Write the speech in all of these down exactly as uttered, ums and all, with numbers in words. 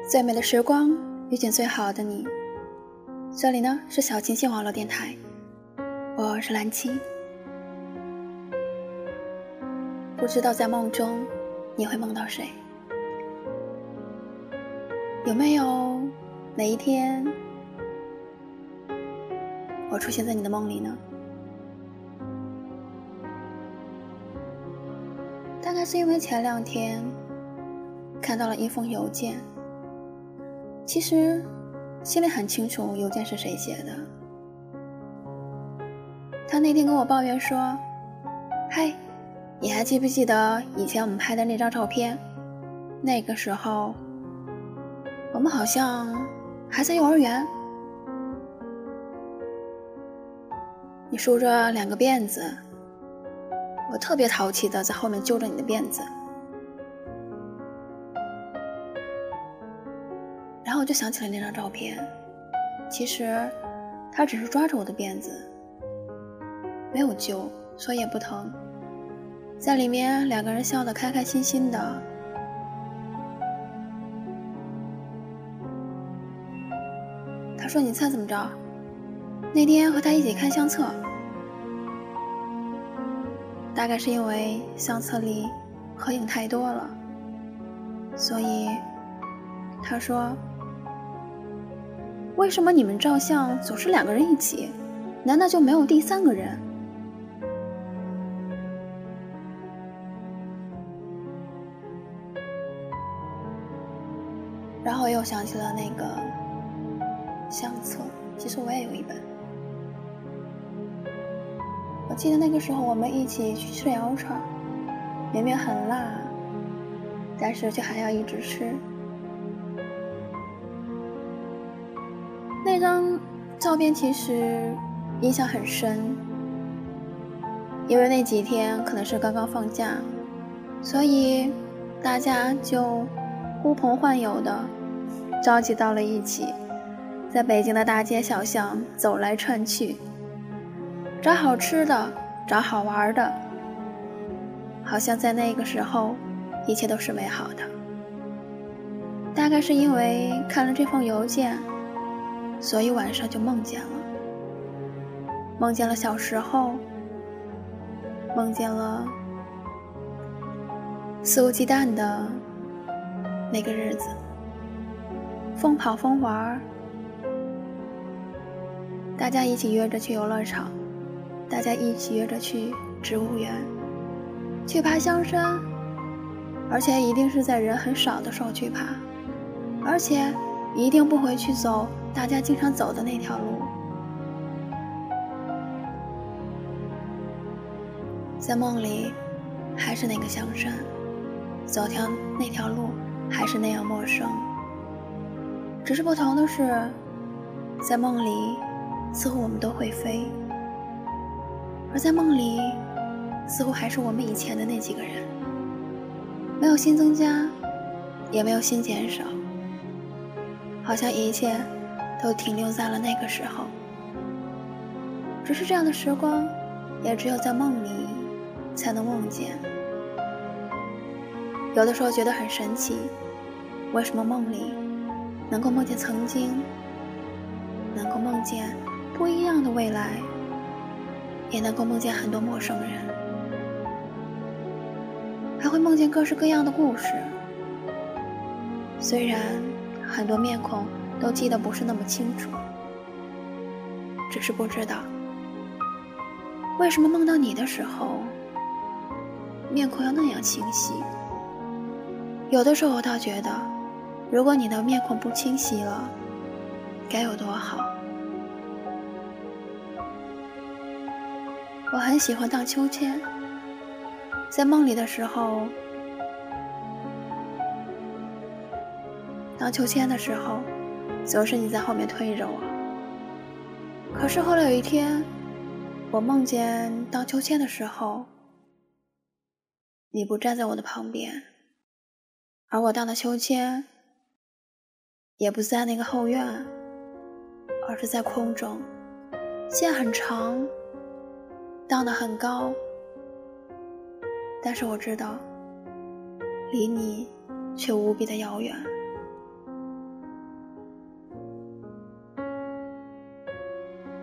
最美的时光，遇见最好的你。这里呢是小清新网络电台，我是蓝青。不知道在梦中你会梦到谁？有没有哪一天我出现在你的梦里呢？大概是因为前两天看到了一封邮件，其实心里很清楚邮件是谁写的。他那天跟我抱怨说，嗨，你还记不记得以前我们拍的那张照片？那个时候我们好像还在幼儿园，你梳着两个辫子，我特别淘气的在后面揪着你的辫子，然后我就想起了那张照片。其实他只是抓着我的辫子，没有揪，所以也不疼。在里面两个人笑得开开心心的。他说，你猜怎么着？那天和他一起看相册，大概是因为相册里合影太多了，所以他说，为什么你们照相总是两个人一起？难道就没有第三个人？然后我又想起了那个相册，其实我也有一本。我记得那个时候我们一起去吃羊肉串，明明很辣，但是却还要一直吃。那张照片其实印象很深，因为那几天可能是刚刚放假，所以大家就呼朋唤友的召集到了一起，在北京的大街小巷走来串去，找好吃的，找好玩的，好像在那个时候一切都是美好的。大概是因为看了这封邮件，所以晚上就梦见了，梦见了小时候，梦见了肆无忌惮的那个日子，疯跑疯玩，大家一起约着去游乐场，大家一起约着去植物园，去爬香山，而且一定是在人很少的时候去爬，而且一定不会去走大家经常走的那条路。在梦里还是那个香山，走条那条路还是那样陌生，只是不同的是，在梦里似乎我们都会飞，而在梦里似乎还是我们以前的那几个人，没有新增加，也没有新减少，好像一切都停留在了那个时候。只是这样的时光也只有在梦里才能梦见。有的时候觉得很神奇，为什么梦里能够梦见曾经，能够梦见不一样的未来，也能够梦见很多陌生人，还会梦见各式各样的故事。虽然很多面孔都记得不是那么清楚，只是不知道为什么梦到你的时候面孔要那样清晰。有的时候我倒觉得，如果你的面孔不清晰了，该有多好。我很喜欢荡秋千，在梦里的时候，荡秋千的时候总是你在后面推着我。可是后来有一天，我梦见荡秋千的时候，你不站在我的旁边，而我荡的秋千也不在那个后院，而是在空中，线很长，荡得很高，但是我知道离你却无比的遥远。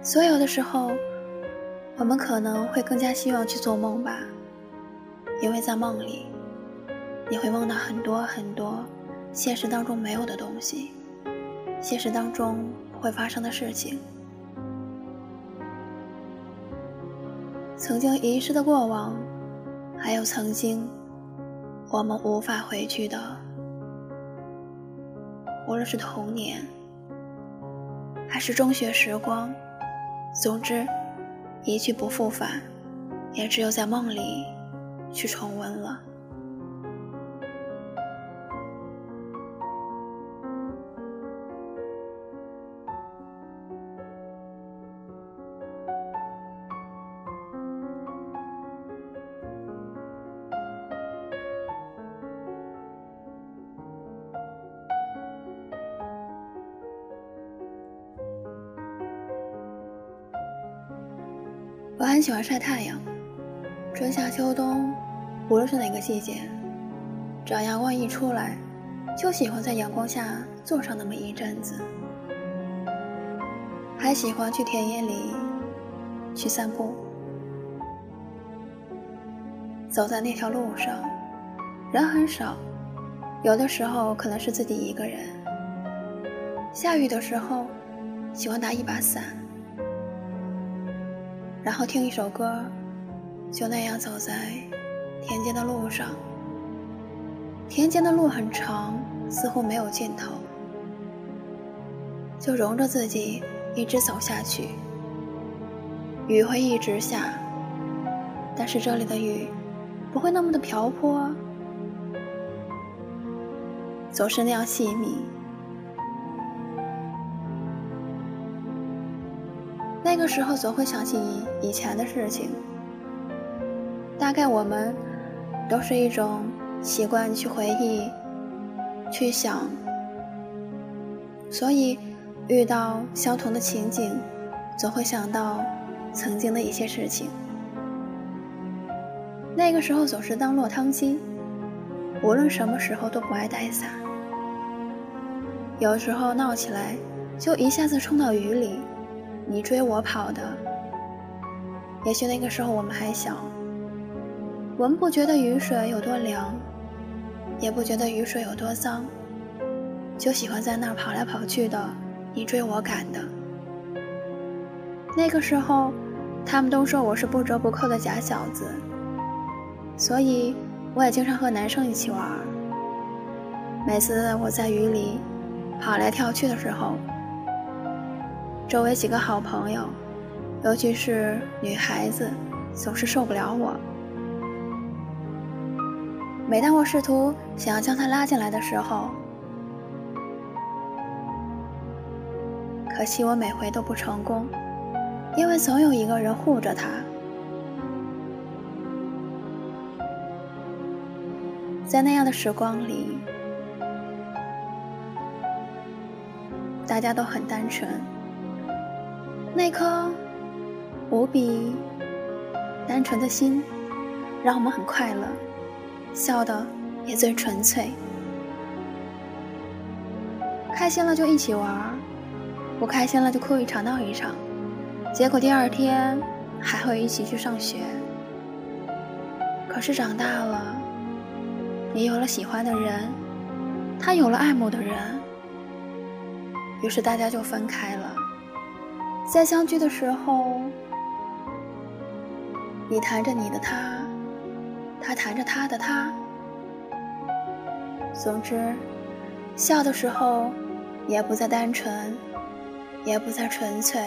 所有的时候，我们可能会更加希望去做梦吧，因为在梦里，你会梦到很多很多现实当中没有的东西，现实当中不会发生的事情。曾经遗失的过往，还有曾经我们无法回去的，无论是童年还是中学时光，总之一去不复返，也只有在梦里去重温了。我很喜欢晒太阳，春夏秋冬，无论是哪个季节，只要阳光一出来，就喜欢在阳光下坐上那么一阵子。还喜欢去田野里去散步，走在那条路上，人很少，有的时候可能是自己一个人。下雨的时候，喜欢拿一把伞，然后听一首歌，就那样走在田间的路上。田间的路很长，似乎没有尽头，就容着自己一直走下去。雨会一直下，但是这里的雨不会那么的瓢泼，总是那样细密。那个时候总会想起以前的事情，大概我们都是一种习惯去回忆去想，所以遇到相同的情景，总会想到曾经的一些事情。那个时候总是当落汤鸡，无论什么时候都不爱带伞，有时候闹起来就一下子冲到雨里，你追我跑的。也许那个时候我们还小，我们不觉得雨水有多凉，也不觉得雨水有多脏，就喜欢在那儿跑来跑去的，你追我赶的。那个时候他们都说我是不折不扣的假小子，所以我也经常和男生一起玩。每次我在雨里跑来跳去的时候，周围几个好朋友，尤其是女孩子，总是受不了我。每当我试图想要将她拉进来的时候，可惜我每回都不成功，因为总有一个人护着她。在那样的时光里，大家都很单纯，那颗无比单纯的心让我们很快乐，笑得也最纯粹。开心了就一起玩，不开心了就哭一场闹一场，结果第二天还会一起去上学。可是长大了，你有了喜欢的人，他有了爱慕的人，于是大家就分开了。在相聚的时候，你谈着你的他，他谈着他的他。总之，笑的时候也不再单纯，也不再纯粹。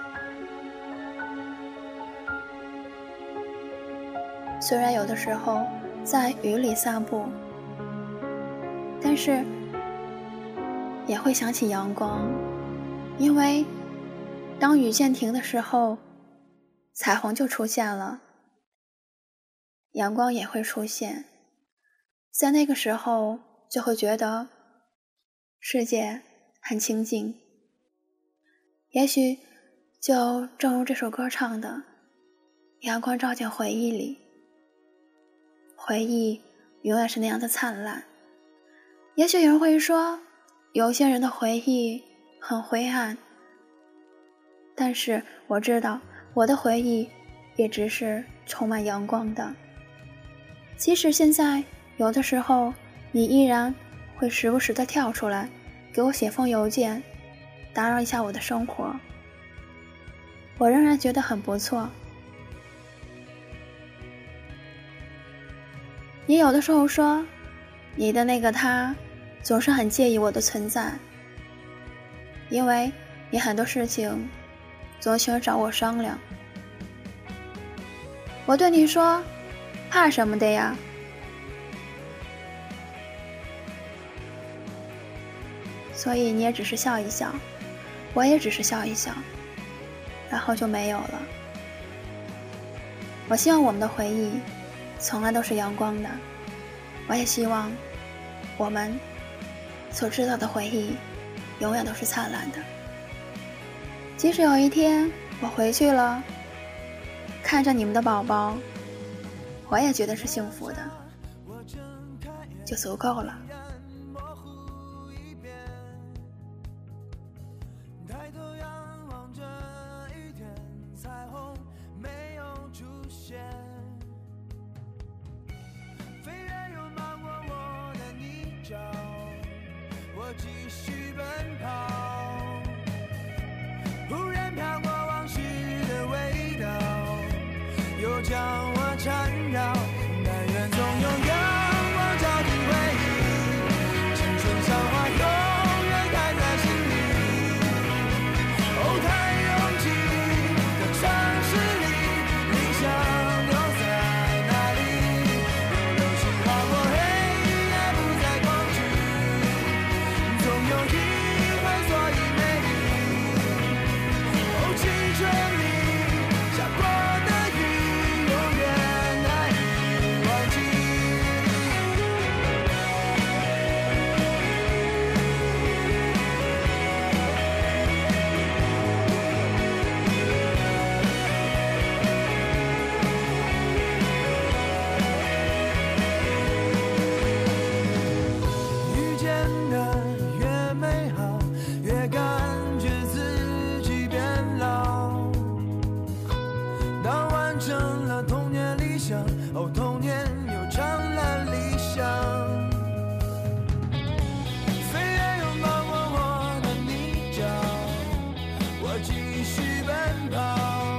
虽然有的时候在雨里散步，但是也会想起阳光，因为当雨渐停的时候，彩虹就出现了，阳光也会出现。在那个时候就会觉得世界很清静。也许就正如这首歌唱的，阳光照进回忆里，回忆永远是那样的灿烂。也许有人会说，有些人的回忆很灰暗， 但是我知道我的回忆也只是充满阳光的。即使现在有的时候你依然会时不时地跳出来给我写封邮件，打扰一下我的生活，我仍然觉得很不错。你有的时候说你的那个他总是很介意我的存在，因为你很多事情总喜欢找我商量。我对你说，怕什么的呀？所以你也只是笑一笑，我也只是笑一笑，然后就没有了。我希望我们的回忆从来都是阳光的，我也希望我们所知道的回忆永远都是灿烂的。即使有一天我回去了，看着你们的宝宝，我也觉得是幸福的，就足够了。 我继续奔跑，忽然飘过往事的味道，又将我缠绕。但愿总有阳光照进回忆，青春像花永远开在心里。哦，太拥挤的城市里，理想留在哪里？有流星划过黑夜，不再恐惧。总有遗憾，所以美丽。哦，青春里下过的雨，永远难以忘记。遇见的越美好，越感觉自己变老。当完成了童年理想，哦，童年又常蓝理想。飞跃拥抱过我的泥沼，我继续奔跑。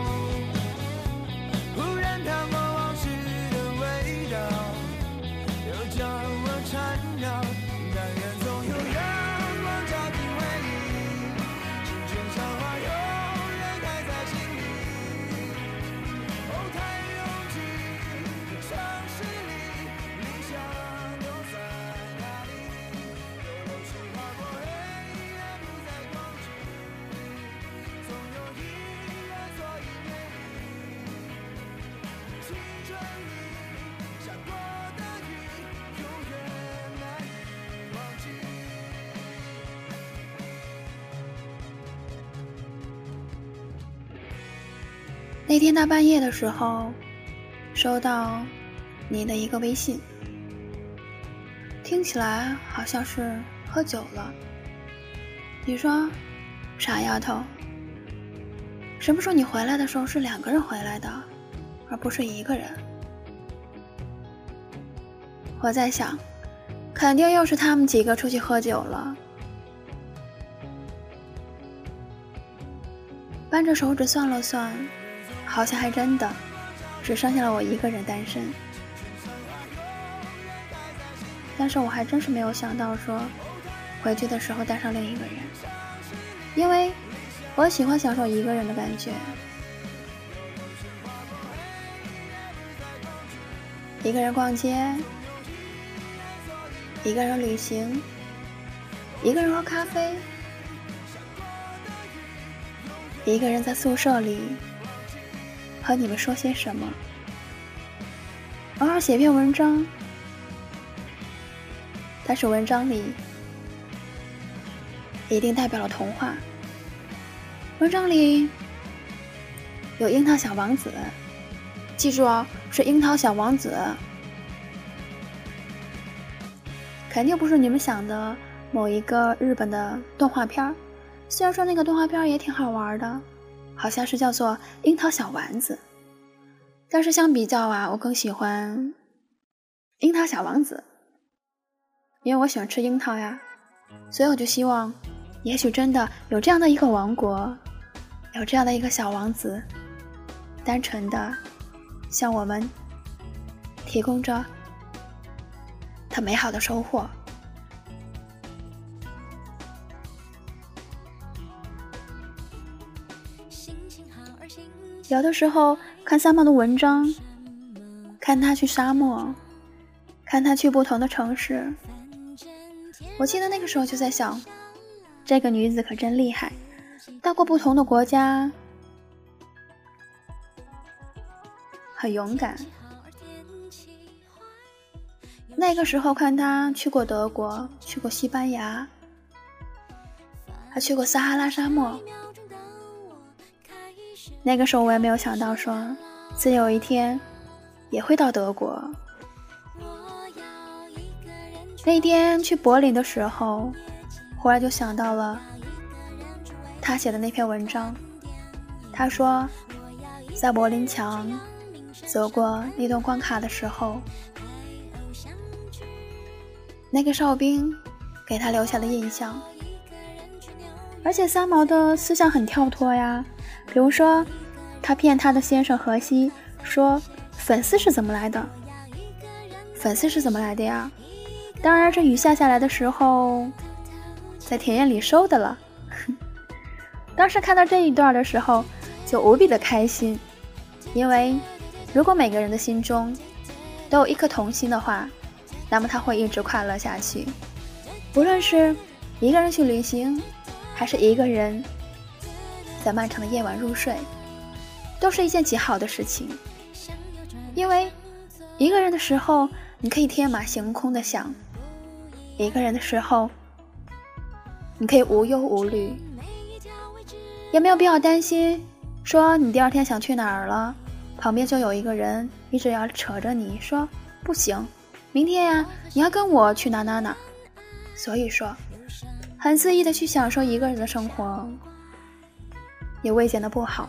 忽然飘过往事的味道，又将我缠绕。但愿总有阳光照进回忆，青春像花永远开在心里。哦，太拥挤的城市里，理想留在哪里？有流星划过黑夜，不再恐惧。总有遗憾，所以美丽。青春里下过的雨，永远难以忘记。 那天大半夜的时候，收到你的一个微信，听起来好像是喝酒了。你说，傻丫头，什么时候你回来的时候是两个人回来的，而不是一个人？我在想，肯定又是他们几个出去喝酒了。扳着手指算了算，好像还真的只剩下了我一个人单身。但是我还真是没有想到说回去的时候带上另一个人，因为我喜欢享受一个人的感觉。一个人逛街，一个人旅行，一个人喝咖啡，一个人在宿舍里和你们说些什么，偶尔写篇文章，但是文章里一定代表了童话。文章里有樱桃小王子，记住哦，是樱桃小王子，肯定不是你们想的某一个日本的动画片。虽然说那个动画片也挺好玩的， 好像是叫做樱桃小丸子，但是相比较啊，我更喜欢樱桃小王子，因为我喜欢吃樱桃呀，所以我就希望也许真的有这样的一个王国，有这样的一个小王子，单纯的向我们提供着他美好的收获。有的时候看三毛的文章，看他去沙漠，看他去不同的城市，我记得那个时候就在想，这个女子可真厉害，到过不同的国家，很勇敢。那个时候看她去过德国，去过西班牙，还去过撒哈拉沙漠。那个时候我也没有想到说自己有一天也会到德国。那天去柏林的时候，忽然就想到了他写的那篇文章。他说在柏林墙走过那段关卡的时候，那个哨兵给他留下的印象。而且三毛的思想很跳脱呀，比如说他骗他的先生荷西说粉丝是怎么来的，粉丝是怎么来的呀？当然这雨下下来的时候在田野里收的了。当时看到这一段的时候就无比的开心，因为如果每个人的心中都有一颗童心的话，那么他会一直快乐下去。无论是一个人去旅行，还是一个人在漫长的夜晚入睡，都是一件极好的事情。因为一个人的时候你可以天马行空的想，一个人的时候你可以无忧无虑，也没有必要担心说你第二天想去哪儿了，旁边就有一个人一直要扯着你说不行，明天呀你要跟我去哪哪哪。所以说很肆意的去享受一个人的生活也未见得不好。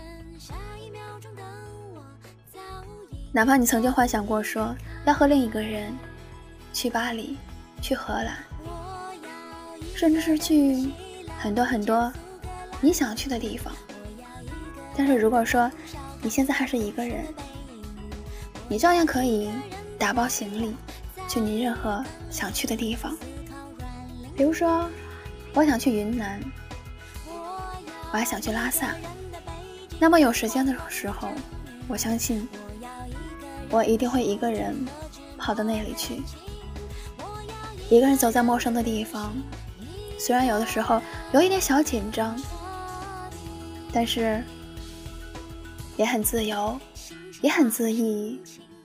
哪怕你曾经幻想过说要和另一个人去巴黎，去荷兰，甚至是去很多很多你想去的地方，但是如果说你现在还是一个人，你照样可以打包行李去你任何想去的地方。比如说我想去云南，我还想去拉萨，那么有时间的时候，我相信我一定会一个人跑到那里去，一个人走在陌生的地方，虽然有的时候有一点小紧张，但是也很自由，也很恣意。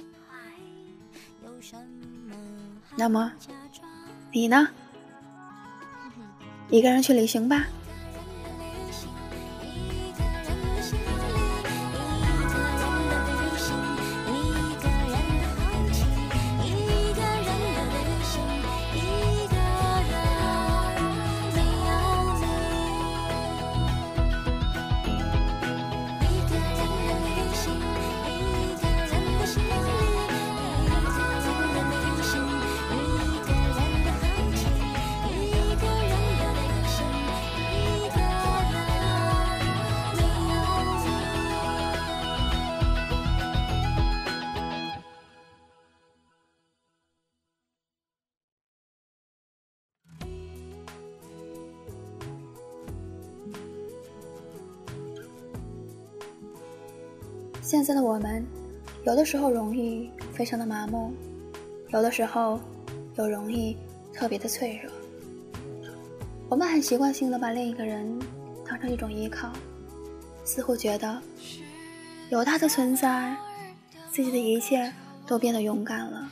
那么你呢？一个人去旅行吧。现在的我们有的时候容易非常的麻木，有的时候又容易特别的脆弱。我们很习惯性的把另一个人当成一种依靠，似乎觉得有他的存在，自己的一切都变得勇敢了。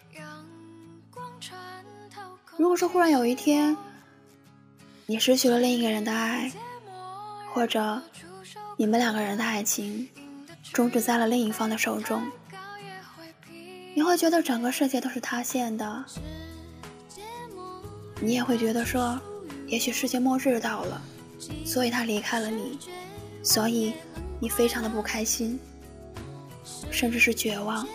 如果说忽然有一天你失去了另一个人的爱，或者你们两个人的爱情终止在了另一方的手中，你会觉得整个世界都是塌陷的，你也会觉得说也许世界末日到了，所以他离开了你， 所以你非常的不开心，甚至是绝望。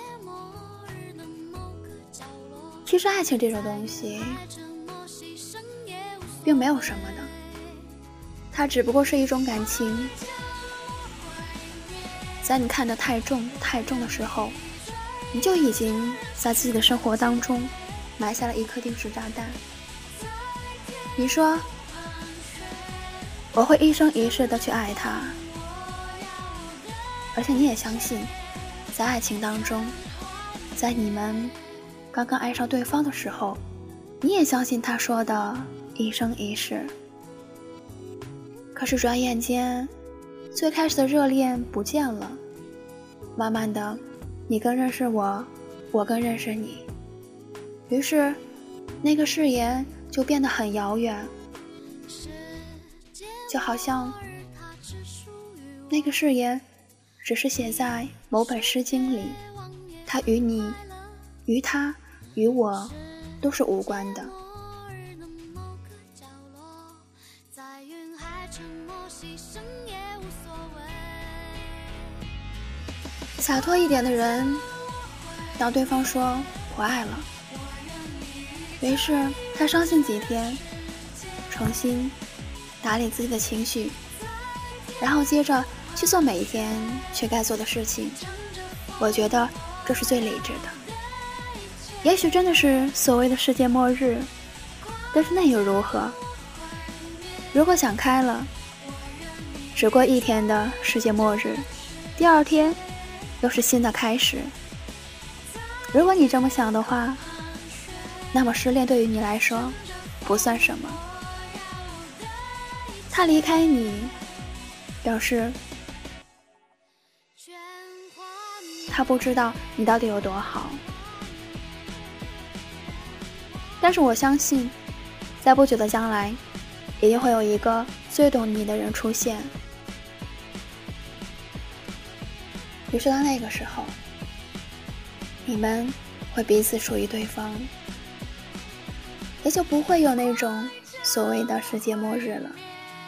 其实爱情这种东西并没有什么的，它只不过是一种感情，在你看得太重太重的时候，你就已经在自己的生活当中埋下了一颗定时炸弹。你说我会一生一世的去爱他，而且你也相信，在爱情当中，在你们刚刚爱上对方的时候，你也相信他说的一生一世。可是转眼间，最开始的热恋不见了，慢慢的，你更认识我，我更认识你，于是那个誓言就变得很遥远，就好像那个誓言只是写在某本诗经里，它与你、与他、与我都是无关的。洒脱一点的人，当对方说不爱了，于是他伤心几天，重新打理自己的情绪，然后接着去做每一天却该做的事情。我觉得这是最理智的。也许真的是所谓的世界末日，但是那又如何？如果想开了，只过一天的世界末日，第二天又是新的开始。如果你这么想的话，那么失恋对于你来说不算什么。他离开你，表示他不知道你到底有多好。但是我相信，在不久的将来，一定会有一个最懂你的人出现。于是到那个时候，你们会彼此属于对方，也就不会有那种所谓的世界末日了。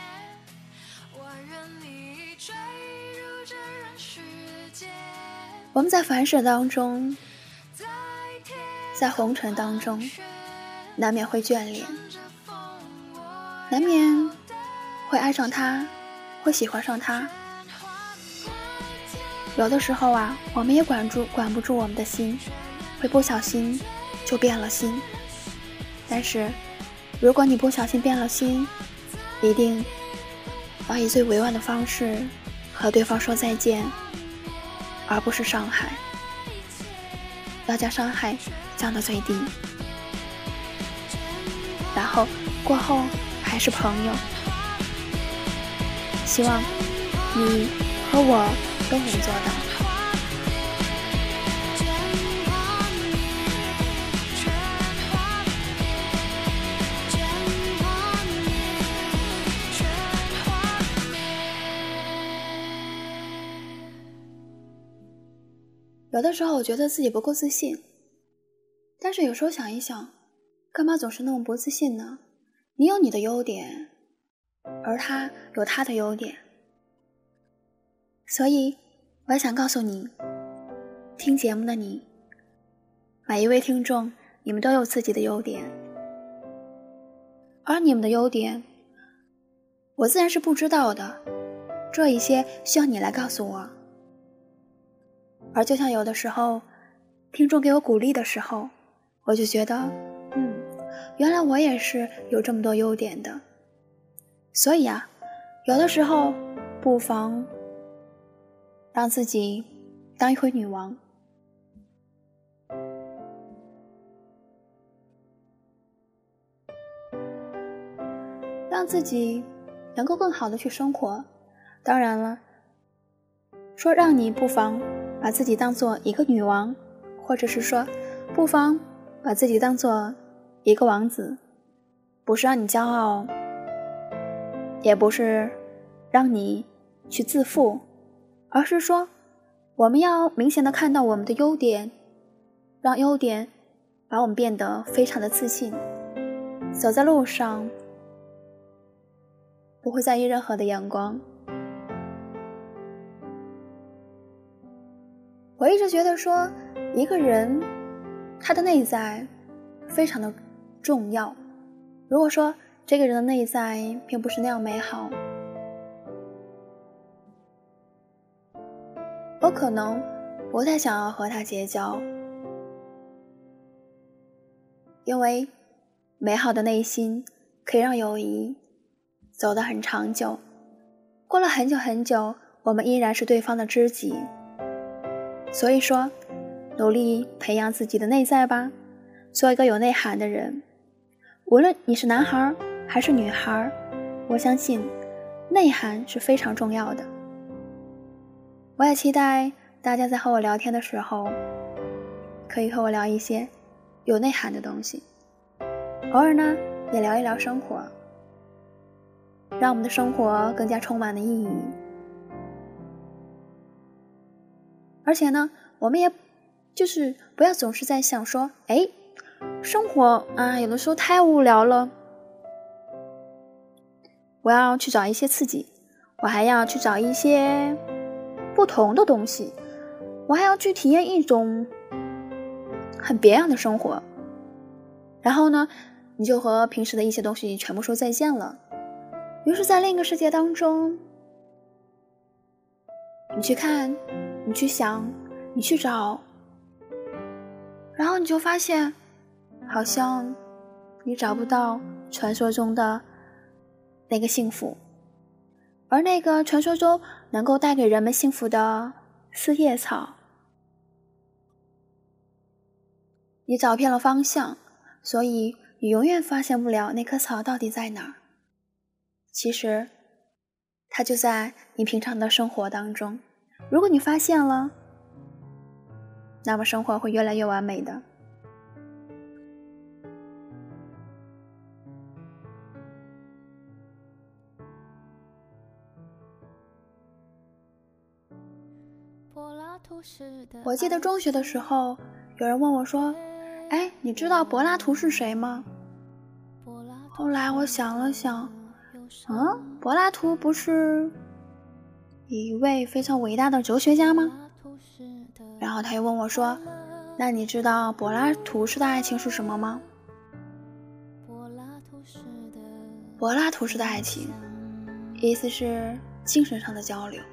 我们在凡事当中，在红尘当中，难免会眷恋，难免会爱上他，会喜欢上他。有的时候啊，我们也管住管不住我们的心，会不小心就变了心。但是如果你不小心变了心，一定要以最委婉的方式和对方说再见，而不是伤害，要将伤害降到最低，然后过后还是朋友。希望你和我都能做到。有的时候我觉得自己不够自信，但是有时候想一想，干嘛总是那么不自信呢？你有你的优点，而他有他的优点。所以我也想告诉你，听节目的你，每一位听众，你们都有自己的优点，而你们的优点我自然是不知道的，这一些需要你来告诉我。而就像有的时候听众给我鼓励的时候，我就觉得嗯，原来我也是有这么多优点的。所以啊，有的时候不妨让自己当一回女王，让自己能够更好的去生活。当然了，说让你不妨把自己当做一个女王，或者是说不妨把自己当做一个王子，不是让你骄傲，也不是让你去自负，而是说我们要明显的看到我们的优点，让优点把我们变得非常的自信，走在路上不会在意任何的眼光， 我一直觉得说，一个人他的内在非常的重要。如果说这个人的内在并不是那样美好，我可能不太想要和他结交，因为美好的内心可以让友谊走得很长久，过了很久很久，我们依然是对方的知己。所以说，努力培养自己的内在吧，做一个有内涵的人。无论你是男孩还是女孩，我相信内涵是非常重要的。我也期待大家在和我聊天的时候，可以和我聊一些有内涵的东西，偶尔呢也聊一聊生活，让我们的生活更加充满了意义。而且呢，我们也就是不要总是在想说，哎，生活啊，有的时候太无聊了，我要去找一些刺激，我还要去找一些不同的东西，我还要去体验一种很别样的生活。然后呢，你就和平时的一些东西全部说再见了。于是在另一个世界当中，你去看，你去想，你去找，然后你就发现好像你找不到传说中的那个幸福，而那个传说中能够带给人们幸福的四叶草，你找遍了方向，所以你永远发现不了那棵草到底在哪儿。其实它就在你平常的生活当中，如果你发现了，那么生活会越来越完美的。我记得中学的时候，有人问我说，哎，你知道柏拉图是谁吗？后来我想了想，嗯，柏拉图不是一位非常伟大的哲学家吗？然后他又问我说，那你知道柏拉图式的爱情是什么吗？柏拉图式的爱情意思是精神上的交流。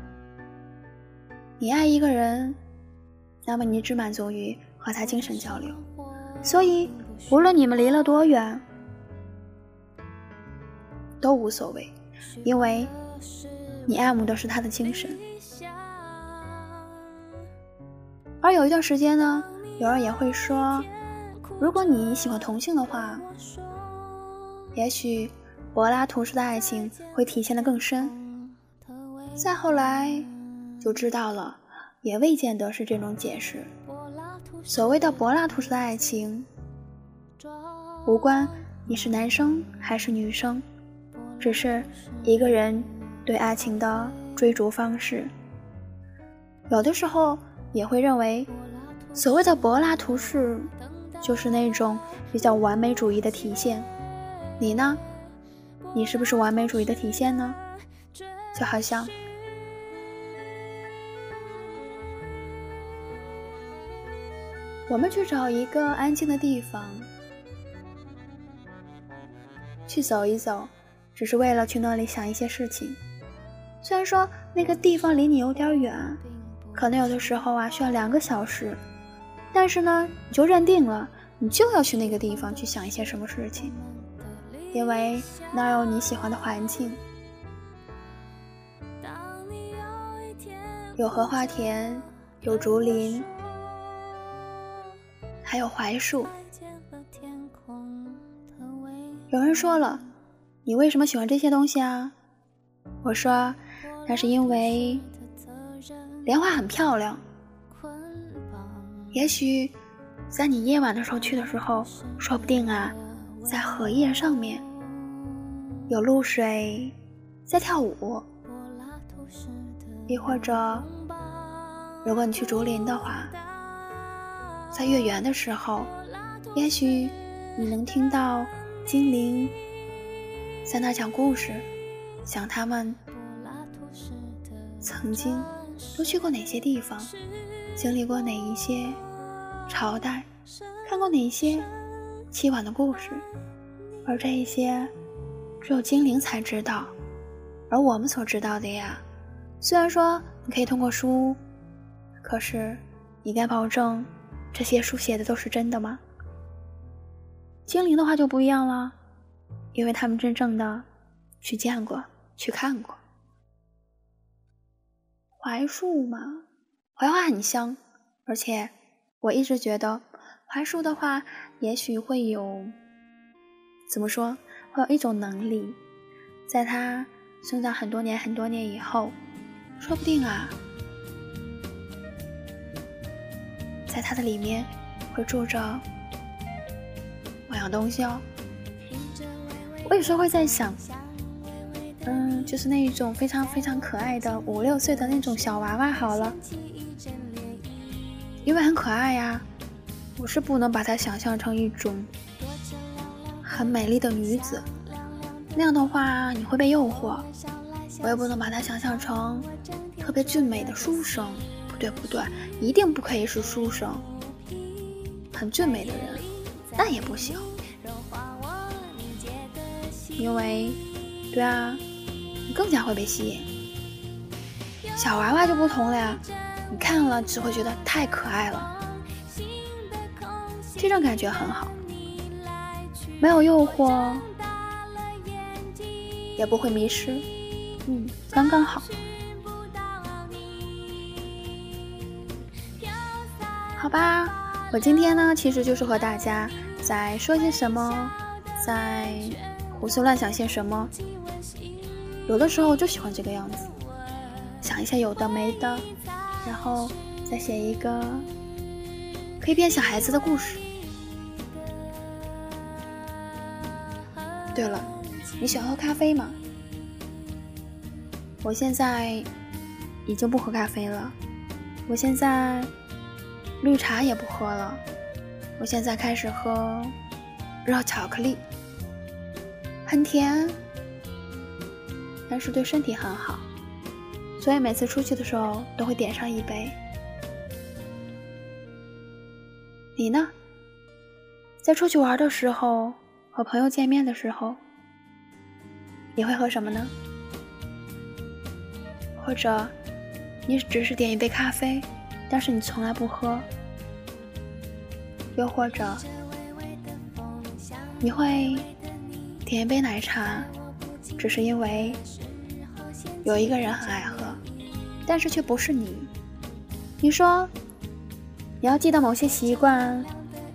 你爱一个人，那么你只满足于和他精神交流，所以无论你们离了多远都无所谓，因为你爱慕的是他的精神。而有一段时间呢，有人也会说，如果你喜欢同性的话，也许柏拉图式的爱情会体现得更深。再后来就知道了，也未见得是这种解释。所谓的柏拉图式的爱情，无关你是男生还是女生，只是一个人对爱情的追逐方式。有的时候也会认为，所谓的柏拉图式就是那种比较完美主义的体现。你呢？你是不是完美主义的体现呢？就好像我们去找一个安静的地方去走一走，只是为了去那里想一些事情。虽然说那个地方离你有点远，可能有的时候啊需要两个小时，但是呢你就认定了你就要去那个地方去想一些什么事情，因为那儿有你喜欢的环境，有荷花田，有竹林，还有槐树。有人说了，你为什么喜欢这些东西啊？我说，那是因为莲花很漂亮。也许在你夜晚的时候去的时候，说不定啊，在荷叶上面有露水在跳舞，亦或者如果你去竹林的话，在月圆的时候，也许你能听到精灵在那讲故事，讲他们曾经都去过哪些地方， 经历过哪一些朝代，看过哪一些凄婉的故事，而这一些只有精灵才知道，而我们所知道的呀，虽然说你可以通过书，可是你敢保证这些书写的都是真的吗？精灵的话就不一样了，因为他们真正的去见过，去看过。槐树嘛，槐花很香，而且我一直觉得槐树的话也许会有怎么说会有一种能力，在它生长很多年很多年以后，说不定啊在它的里面会住着某样东西哦。我有时候会在想，嗯，就是那一种非常非常可爱的五六岁的那种小娃娃好了，因为很可爱呀，我是不能把它想象成一种很美丽的女子，那样的话你会被诱惑。我也不能把它想象成特别俊美的书生，不对不对，一定不可以是书生，很俊美的人那也不行，因为对啊你更加会被吸引。小娃娃就不同了呀，你看了只会觉得太可爱了，这种感觉很好，没有诱惑也不会迷失，嗯，刚刚好。好吧，我今天呢其实就是和大家在说些什么，在胡思乱想些什么，有的时候就喜欢这个样子，想一些有的没的，然后再写一个可以骗小孩子的故事。对了，你喜欢喝咖啡吗？我现在已经不喝咖啡了，我现在绿茶也不喝了，我现在开始喝热巧克力，很甜，但是对身体很好，所以每次出去的时候都会点上一杯。你呢？在出去玩的时候，和朋友见面的时候，你会喝什么呢？或者你只是点一杯咖啡，但是你从来不喝，又或者你会点一杯奶茶，只是因为有一个人很爱喝，但是却不是你。你说你要记得某些习惯，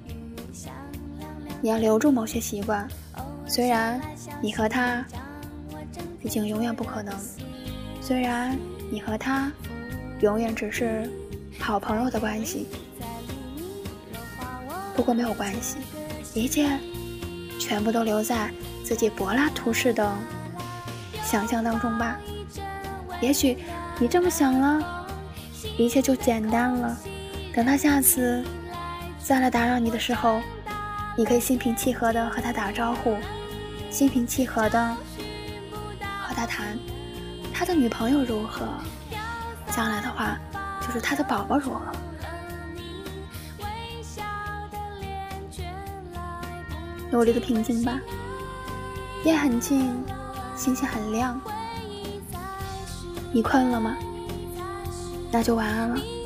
你要留住某些习惯，虽然你和他已经永远不可能，虽然你和他永远只是好朋友的关系，不过没有关系，一切全部都留在自己柏拉图式的想象当中吧。也许你这么想了，一切就简单了，等他下次再来打扰你的时候，你可以心平气和的和他打招呼，心平气和的和他谈他的女朋友如何，将来的话就是他的宝宝如何。努力的平静吧，夜很静，星星很亮。你困了吗？那就晚安了。